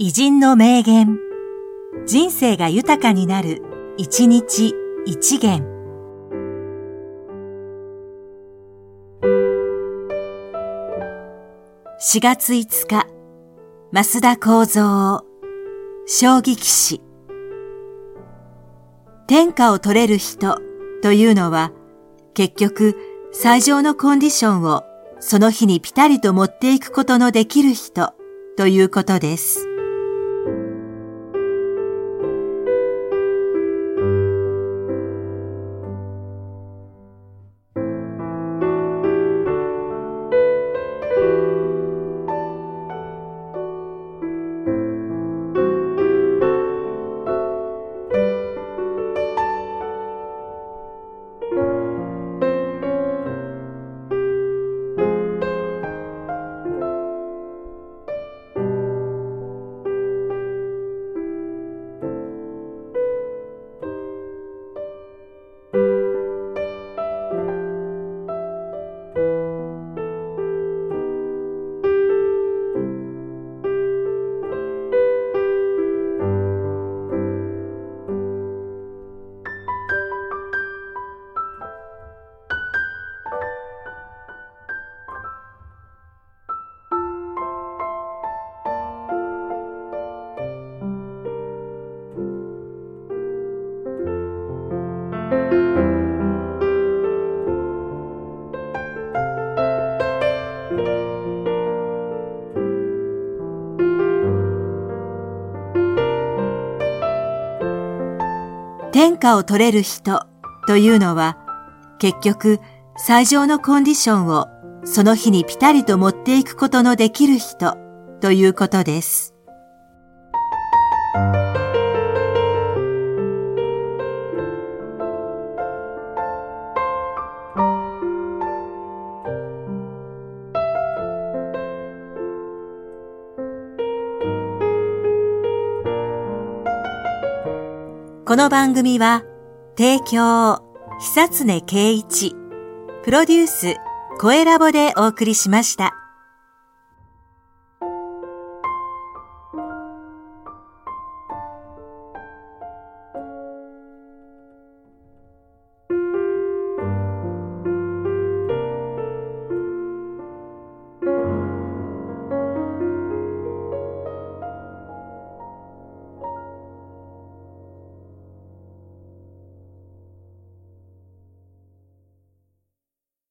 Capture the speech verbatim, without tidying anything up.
偉人の名言。人生が豊かになる、一日一元。しがついつか、増田幸三、将棋棋士。天下を取れる人というのは、結局、最上のコンディションをその日にピタリと持っていくことのできる人ということです。天下を取れる人というのは、結局、最上のコンディションをその日にピタリと持っていくことのできる人ということです。この番組は、提供、久常圭一、プロデュース、声ラボでお送りしました。